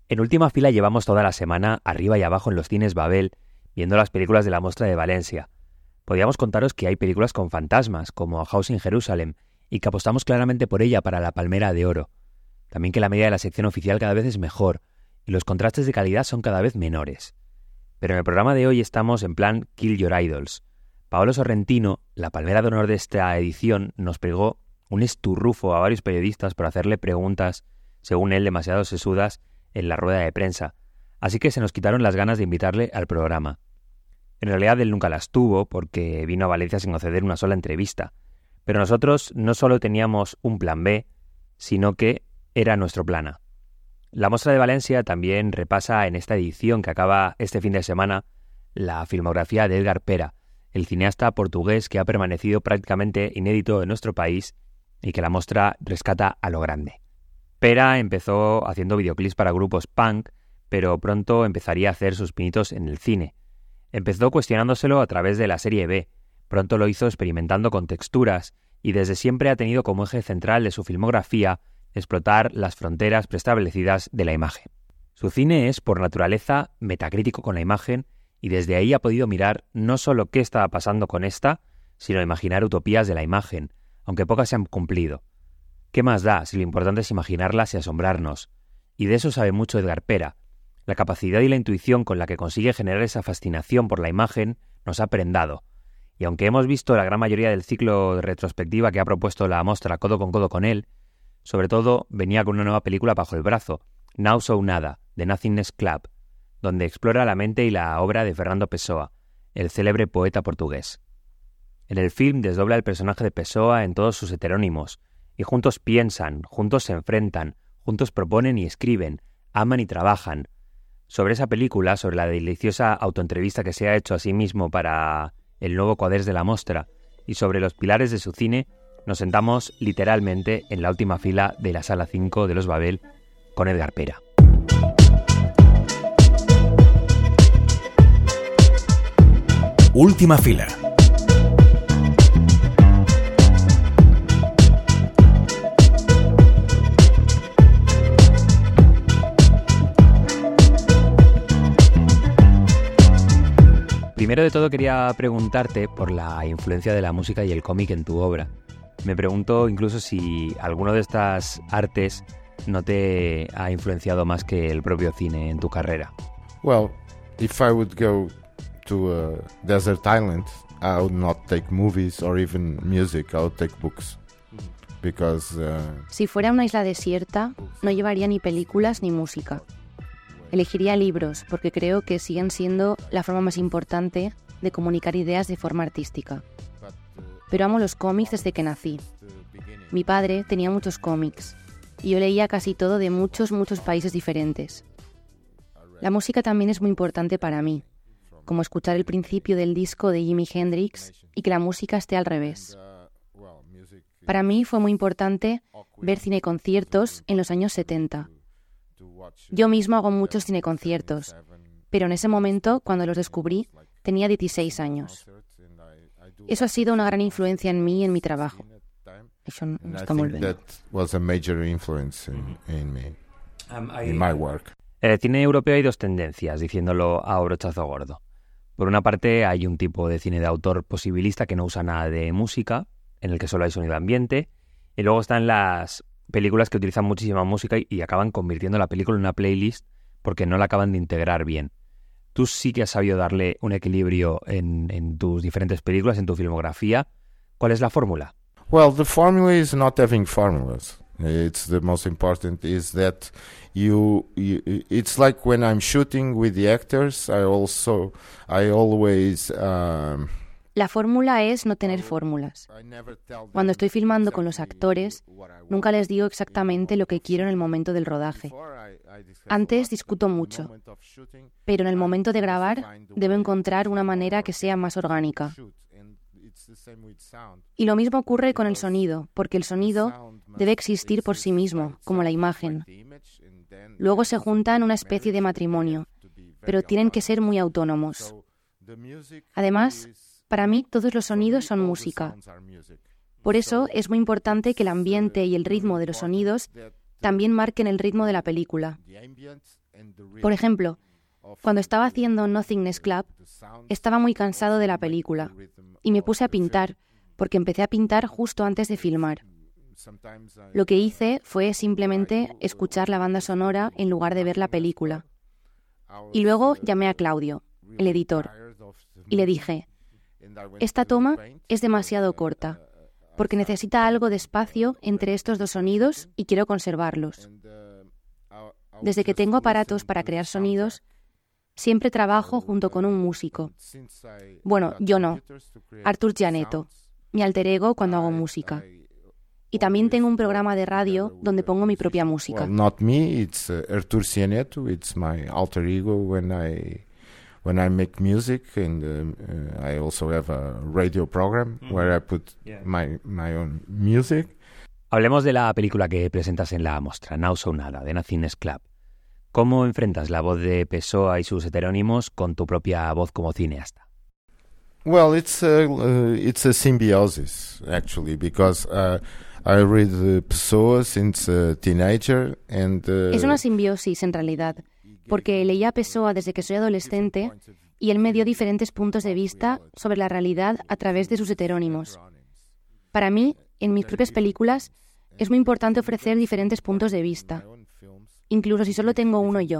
En última fila llevamos toda la semana arriba y abajo en los cines Babel, viendo las películas de la Mostra de Valencia. Podríamos contaros que hay películas con fantasmas, como House in Jerusalem, y que apostamos claramente por ella para la Palmera de Oro. También que la media de la sección oficial cada vez es mejor, y los contrastes de calidad son cada vez menores. Pero en el programa de hoy estamos en plan Kill Your Idols. Paolo Sorrentino, la palmera de honor de esta edición, nos pegó un esturrufo a varios periodistas por hacerle preguntas, según él, demasiado sesudas en la rueda de prensa, así que se nos quitaron las ganas de invitarle al programa. En realidad él nunca las tuvo porque vino a Valencia sin conceder una sola entrevista, pero nosotros no solo teníamos un plan B, sino que era nuestro plan A. La Mostra de Valencia también repasa en esta edición que acaba este fin de semana la filmografía de Edgar Pera, el cineasta portugués que ha permanecido prácticamente inédito en nuestro país y que la Mostra rescata a lo grande. Pera empezó haciendo videoclips para grupos punk, pero pronto empezaría a hacer sus pinitos en el cine. Empezó cuestionándoselo a través de la serie B, pronto lo hizo experimentando con texturas y desde siempre ha tenido como eje central de su filmografía explotar las fronteras preestablecidas de la imagen. Su cine es, por naturaleza, metacrítico con la imagen y desde ahí ha podido mirar no solo qué estaba pasando con esta, sino imaginar utopías de la imagen, aunque pocas se han cumplido. ¿Qué más da si lo importante es imaginarlas y asombrarnos? Y de eso sabe mucho Edgar Pera. La capacidad y la intuición con la que consigue generar esa fascinación por la imagen nos ha prendado. Y aunque hemos visto la gran mayoría del ciclo de retrospectiva que ha propuesto la Mostra codo con él, sobre todo venía con una nueva película bajo el brazo, Now So Nada, The Nothingness Club, donde explora la mente y la obra de Fernando Pessoa, el célebre poeta portugués. En el film desdobla el personaje de Pessoa en todos sus heterónimos, y juntos piensan, juntos se enfrentan, juntos proponen y escriben, aman y trabajan. Sobre esa película, sobre la deliciosa autoentrevista que se ha hecho a sí mismo para el nuevo Quaders de la Mostra, y sobre los pilares de su cine, nos sentamos literalmente en la última fila de la Sala 5 de los Babel con Edgar Pera. Última fila. Primero de todo quería preguntarte por la influencia de la música y el cómic en tu obra. Me pregunto incluso si alguno de estas artes no te ha influenciado más que el propio cine en tu carrera. Well, if I would go to a desert island, I would not take movies or even music, I would take books. Because si fuera una isla desierta, no llevaría ni películas ni música. Elegiría libros porque creo que siguen siendo la forma más importante de comunicar ideas de forma artística. Pero amo los cómics desde que nací. Mi padre tenía muchos cómics y yo leía casi todo de muchos países diferentes. La música también es muy importante para mí, como escuchar el principio del disco de Jimi Hendrix y que la música esté al revés. Para mí fue muy importante ver cineconciertos en los años 70. Yo mismo hago muchos cineconciertos, pero en ese momento, cuando los descubrí, tenía 16 años. Eso ha sido una gran influencia en mí y en mi trabajo. Eso no está muy bien. that was a major influence in me, in my work. En el cine europeo hay dos tendencias, diciéndolo a brochazo gordo. Por una parte hay un tipo de cine de autor posibilista que no usa nada de música, en el que solo hay sonido ambiente, y luego están las películas que utilizan muchísima música y acaban convirtiendo la película en una playlist porque no la acaban de integrar bien. Tú sí que has sabido darle un equilibrio en tus diferentes películas, en tu filmografía. ¿Cuál es la fórmula? Well, the formula is not having formulas. It's the most important is that you it's like when I'm shooting with the actors, I always La fórmula es no tener fórmulas. Cuando estoy filmando con los actores, nunca les digo exactamente lo que quiero en el momento del rodaje. Antes discuto mucho, pero en el momento de grabar debo encontrar una manera que sea más orgánica. Y lo mismo ocurre con el sonido, porque el sonido debe existir por sí mismo, como la imagen. Luego se juntan una especie de matrimonio, pero tienen que ser muy autónomos. Además, para mí todos los sonidos son música. Por eso es muy importante que el ambiente y el ritmo de los sonidos también marquen el ritmo de la película. Por ejemplo, cuando estaba haciendo Nothingness Club, estaba muy cansado de la película y me puse a pintar, porque empecé a pintar justo antes de filmar. Lo que hice fue simplemente escuchar la banda sonora en lugar de ver la película. Y luego llamé a Claudio, el editor, y le dije: esta toma es demasiado corta, porque necesita algo de espacio entre estos dos sonidos y quiero conservarlos. Desde que tengo aparatos para crear sonidos, siempre trabajo junto con un músico. Bueno, yo no, Artur Gianetto, mi alter ego cuando hago música. Y también tengo un programa de radio donde pongo mi propia música. Well, not me, it's Artur Gianetto, it's my alter ego when I make music, and I also have a radio program where I put my own music. Hablemos de la película que presentas en la muestra, Now So Nada, de Nothingness Club. ¿Cómo enfrentas la voz de Pessoa y sus heterónimos con tu propia voz como cineasta? Well, it's a symbiosis, actually, because I read Pessoa since a teenager, and Es una simbiosis, en realidad, porque leía a Pessoa desde que soy adolescente y él me dio diferentes puntos de vista sobre la realidad a través de sus heterónimos. Para mí, en mis propias películas, es muy importante ofrecer diferentes puntos de vista, incluso si solo tengo uno yo.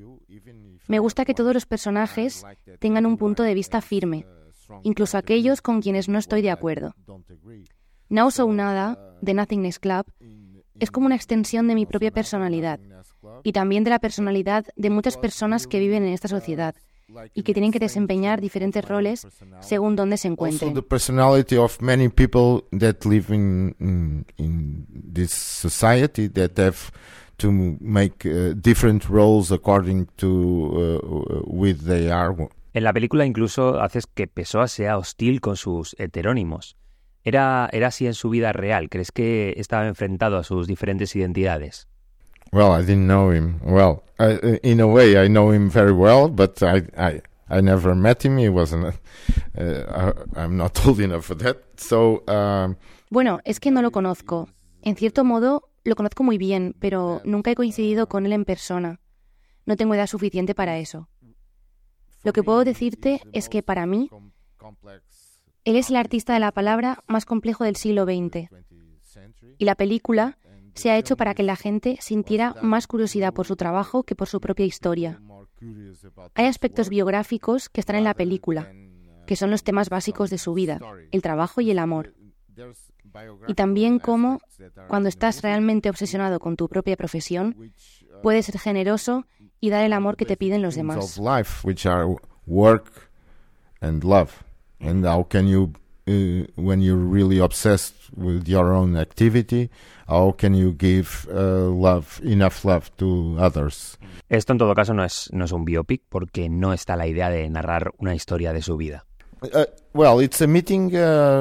Me gusta que todos los personajes tengan un punto de vista firme, incluso aquellos con quienes no estoy de acuerdo. Now So Nada, de Nothingness Club, es como una extensión de mi propia personalidad y también de la personalidad de muchas personas que viven en esta sociedad y que tienen que desempeñar diferentes roles según dónde se encuentren. Also the personality of many people that live in this society that have to make different roles according to with they are. En la película incluso haces que Pessoa sea hostil con sus heterónimos. ¿Era así en su vida real? ¿Crees que estaba enfrentado a sus diferentes identidades? Well, I didn't know him well. In a way, I know him very well, but I never met him. He wasn't. I'm not old enough for that. So. Bueno, es que no lo conozco. En cierto modo, lo conozco muy bien, pero nunca he coincidido con él en persona. No tengo edad suficiente para eso. Lo que puedo decirte es que para mí, él es el artista de la palabra más complejo del siglo XX. Y la película se ha hecho para que la gente sintiera más curiosidad por su trabajo que por su propia historia. Hay aspectos biográficos que están en la película, que son los temas básicos de su vida, el trabajo y el amor. Y también cómo, cuando estás realmente obsesionado con tu propia profesión, puedes ser generoso y dar el amor que te piden los demás. And how can you, when you're really obsessed with your own activity, how can you give enough love to others? Esto en todo caso no es un biopic porque no está la idea de narrar una historia de su vida. Well, it's a meeting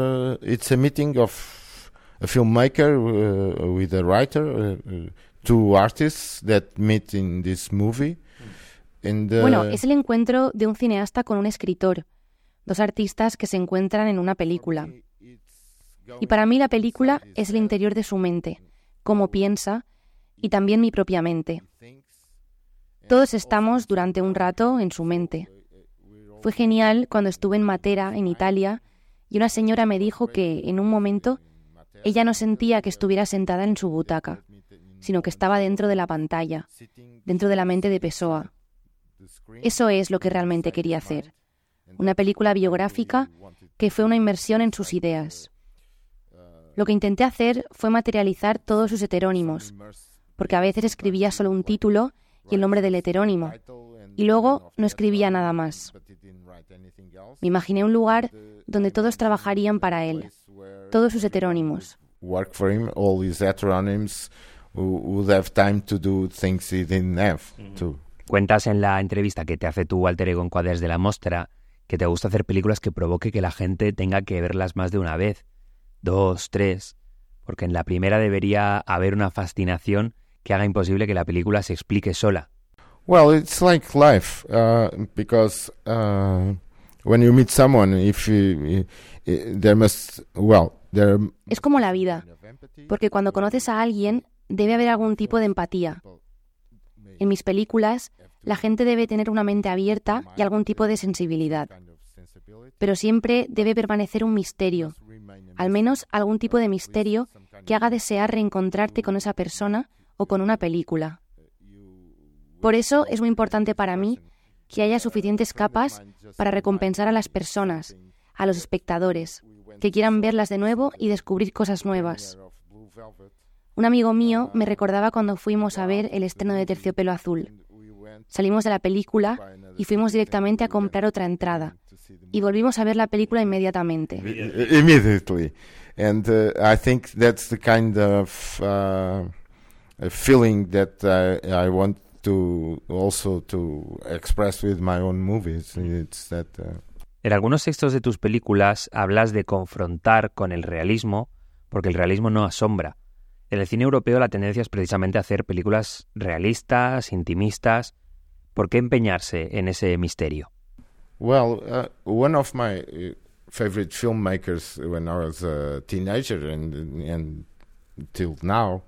of a filmmaker with a writer, two artists that meet in this movie. And, bueno, es el encuentro de un cineasta con un escritor. Dos artistas que se encuentran en una película. Y para mí la película es el interior de su mente, cómo piensa, y también mi propia mente. Todos estamos durante un rato en su mente. Fue genial cuando estuve en Matera, en Italia, y una señora me dijo que, en un momento, ella no sentía que estuviera sentada en su butaca, sino que estaba dentro de la pantalla, dentro de la mente de Pessoa. Eso es lo que realmente quería hacer. Una película biográfica que fue una inmersión en sus ideas. Lo que intenté hacer fue materializar todos sus heterónimos, porque a veces escribía solo un título y el nombre del heterónimo, y luego no escribía nada más. Me imaginé un lugar donde todos trabajarían para él, todos sus heterónimos. Work for him, all his heteronyms would have time to do things he didn't have to. Cuentas en la entrevista que te hace tu alter ego en Quaders de la Mostra que te gusta hacer películas que provoque que la gente tenga que verlas más de una vez, 2, 3, porque en la primera debería haber una fascinación que haga imposible que la película se explique sola. Well, it's like life, because when you meet someone, there must, Es como la vida, porque cuando conoces a alguien debe haber algún tipo de empatía. En mis películas, la gente debe tener una mente abierta y algún tipo de sensibilidad. Pero siempre debe permanecer un misterio, al menos algún tipo de misterio que haga desear reencontrarte con esa persona o con una película. Por eso es muy importante para mí que haya suficientes capas para recompensar a las personas, a los espectadores, que quieran verlas de nuevo y descubrir cosas nuevas. Un amigo mío me recordaba cuando fuimos a ver el estreno de Terciopelo Azul. Salimos de la película y fuimos directamente a comprar otra entrada. Y volvimos a ver la película inmediatamente. Immediately. And I think that's the kind of feeling that I want to also to express with my own movies. It's that En algunos textos de tus películas hablas de confrontar con el realismo, porque el realismo no asombra. En el cine europeo la tendencia es precisamente hacer películas realistas, intimistas. ¿Por qué empeñarse en ese misterio? Well, one of my favorite filmmakers when I was a teenager and till now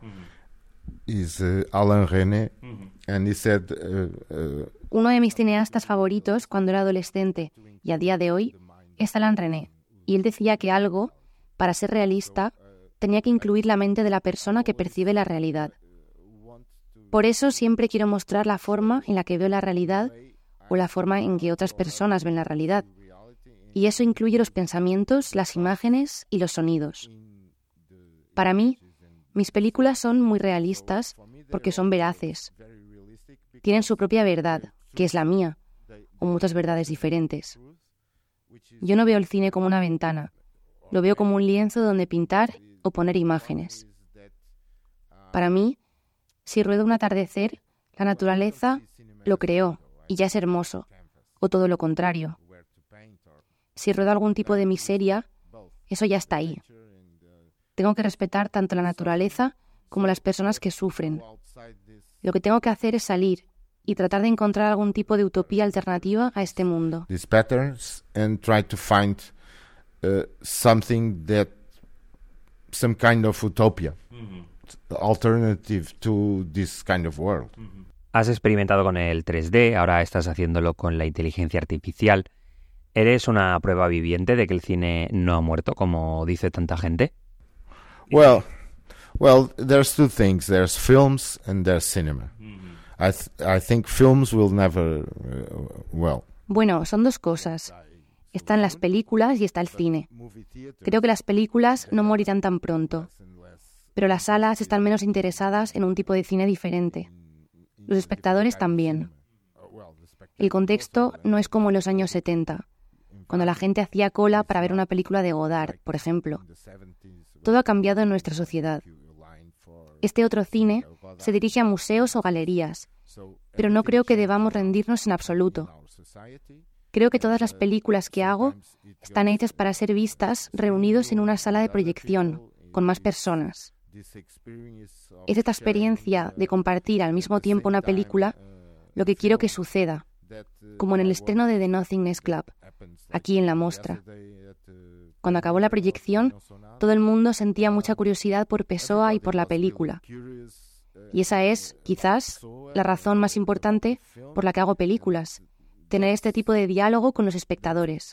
is Alain Resnais, and he said Uno de mis cineastas favoritos cuando era adolescente y a día de hoy es Alain Resnais, y él decía que algo, para ser realista, tenía que incluir la mente de la persona que percibe la realidad. Por eso siempre quiero mostrar la forma en la que veo la realidad o la forma en que otras personas ven la realidad. Y eso incluye los pensamientos, las imágenes y los sonidos. Para mí, mis películas son muy realistas porque son veraces. Tienen su propia verdad, que es la mía, o muchas verdades diferentes. Yo no veo el cine como una ventana, lo veo como un lienzo donde pintar o poner imágenes. Para mí, si ruedo un atardecer, la naturaleza lo creó y ya es hermoso, o todo lo contrario. Si ruedo algún tipo de miseria, eso ya está ahí. Tengo que respetar tanto la naturaleza como las personas que sufren. Lo que tengo que hacer es salir y tratar de encontrar algún tipo de utopía alternativa a este mundo. these patterns and try to find something that some kind of utopia, alternative to this kind of world. Has experimentado con el 3D, ahora estás haciéndolo con la inteligencia artificial. ¿Eres una prueba viviente de que el cine no ha muerto, como dice tanta gente? Well, there's two things. There's films and there's cinema. I think films will never, Bueno, son dos cosas. Están las películas y está el cine. Creo que las películas no morirán tan pronto, pero las salas están menos interesadas en un tipo de cine diferente. Los espectadores también. El contexto no es como en los años 70, cuando la gente hacía cola para ver una película de Godard, por ejemplo. Todo ha cambiado en nuestra sociedad. Este otro cine se dirige a museos o galerías, pero no creo que debamos rendirnos en absoluto. Creo que todas las películas que hago están hechas para ser vistas reunidos en una sala de proyección, con más personas. Es esta experiencia de compartir al mismo tiempo una película lo que quiero que suceda, como en el estreno de The Nothingness Club, aquí en la Mostra. Cuando acabó la proyección, todo el mundo sentía mucha curiosidad por Pessoa y por la película. Y esa es, quizás, la razón más importante por la que hago películas, tener este tipo de diálogo con los espectadores.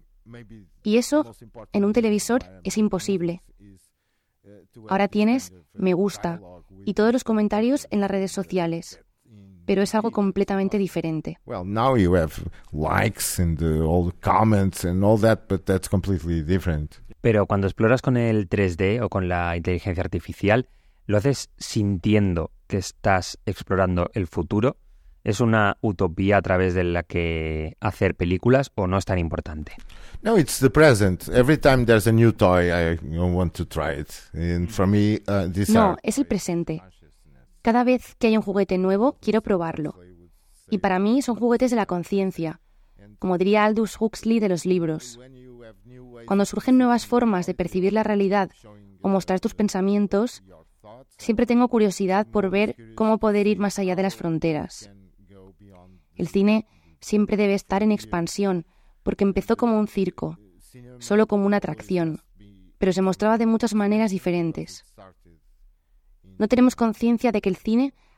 Y eso, en un televisor, es imposible. Ahora tienes me gusta y todos los comentarios en las redes sociales, pero es algo completamente diferente. well, now you have likes and all the comments and all that, but that's completely different. Pero cuando exploras con el 3D o con la inteligencia artificial, ¿lo haces sintiendo que estás explorando el futuro? ¿Es una utopía a través de la que hacer películas o no es tan importante? No, it's the present. Every time there's a new toy, I want to try it. And for me, these No, are... es el presente. Cada vez que hay un juguete nuevo, quiero probarlo. Y para mí son juguetes de la conciencia, como diría Aldous Huxley de los libros. Cuando surgen nuevas formas de percibir la realidad o mostrar tus pensamientos, siempre tengo curiosidad por ver cómo poder ir más allá de las fronteras. El cine siempre debe estar en expansión, porque empezó como un circo, solo como una atracción, pero se mostraba de muchas maneras diferentes. No tenemos conciencia de que el cine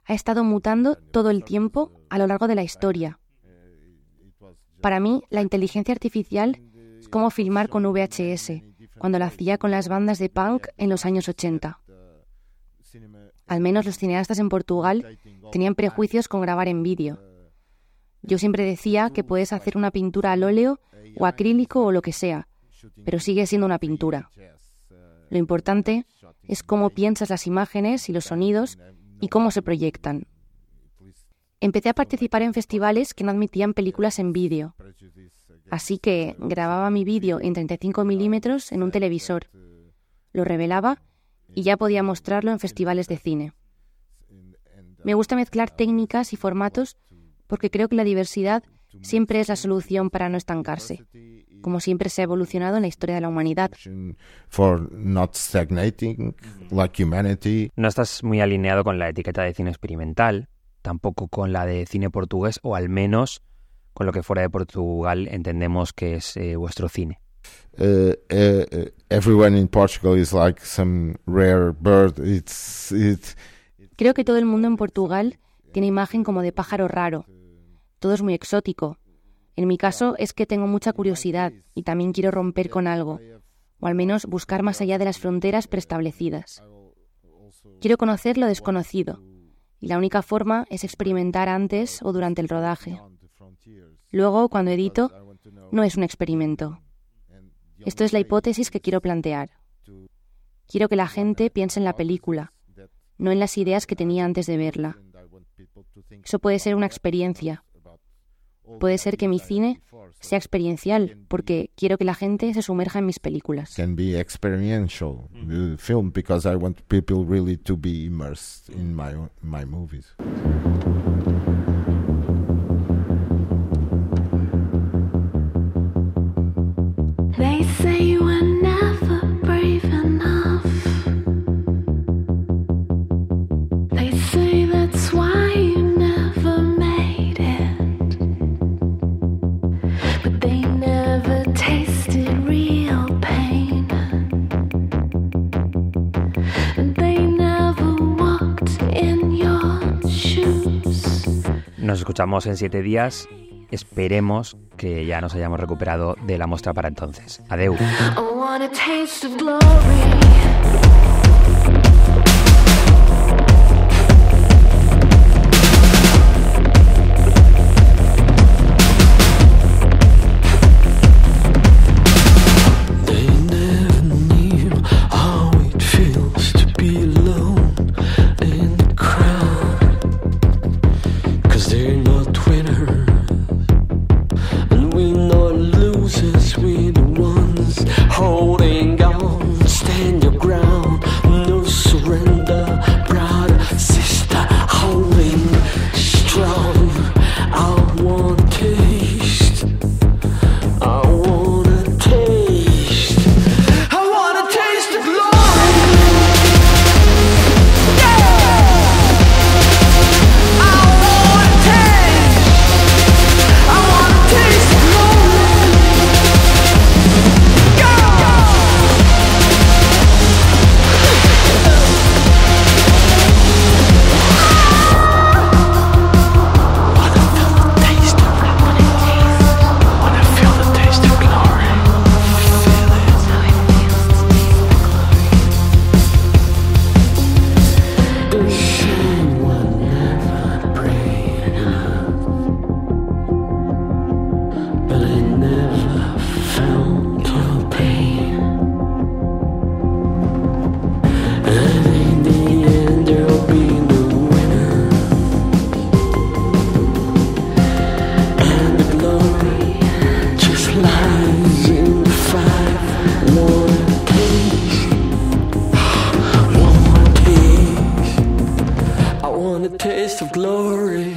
ha estado mutando todo el tiempo a lo largo de la historia. Para mí, la inteligencia artificial es como filmar con VHS, cuando lo hacía con las bandas de punk en los años 80. Al menos los cineastas en Portugal tenían prejuicios con grabar en vídeo. Yo siempre decía que puedes hacer una pintura al óleo o acrílico o lo que sea, pero sigue siendo una pintura. Lo importante es cómo piensas las imágenes y los sonidos y cómo se proyectan. Empecé a participar en festivales que no admitían películas en vídeo. Así que grababa mi vídeo en 35 milímetros en un televisor, lo revelaba y ya podía mostrarlo en festivales de cine. Me gusta mezclar técnicas y formatos porque creo que la diversidad siempre es la solución para no estancarse, como siempre se ha evolucionado en la historia de la humanidad. No estás muy alineado con la etiqueta de cine experimental, tampoco con la de cine portugués, o al menos con lo que fuera de Portugal entendemos que es vuestro cine. Everyone in Portugal is like some rare bird. Creo que todo el mundo en Portugal tiene imagen como de pájaro raro. Todo es muy exótico. En mi caso es que tengo mucha curiosidad y también quiero romper con algo, o al menos buscar más allá de las fronteras preestablecidas. Quiero conocer lo desconocido, y la única forma es experimentar antes o durante el rodaje. Luego, cuando edito, no es un experimento. Esto es la hipótesis que quiero plantear. Quiero que la gente piense en la película, no en las ideas que tenía antes de verla. Eso puede ser una experiencia. Puede ser que mi cine sea experiencial, porque quiero que la gente se sumerja en mis películas. Can be experiential film because I want people really to be immersed in my movies. They say you were never brave enough. They say that's why you never made it. But they never tasted real pain. And they never walked in your shoes. Nos escuchamos en 7 días. Esperemos que ya nos hayamos recuperado de la muestra para entonces. Adeu. I want a taste of glory. Taste of glory.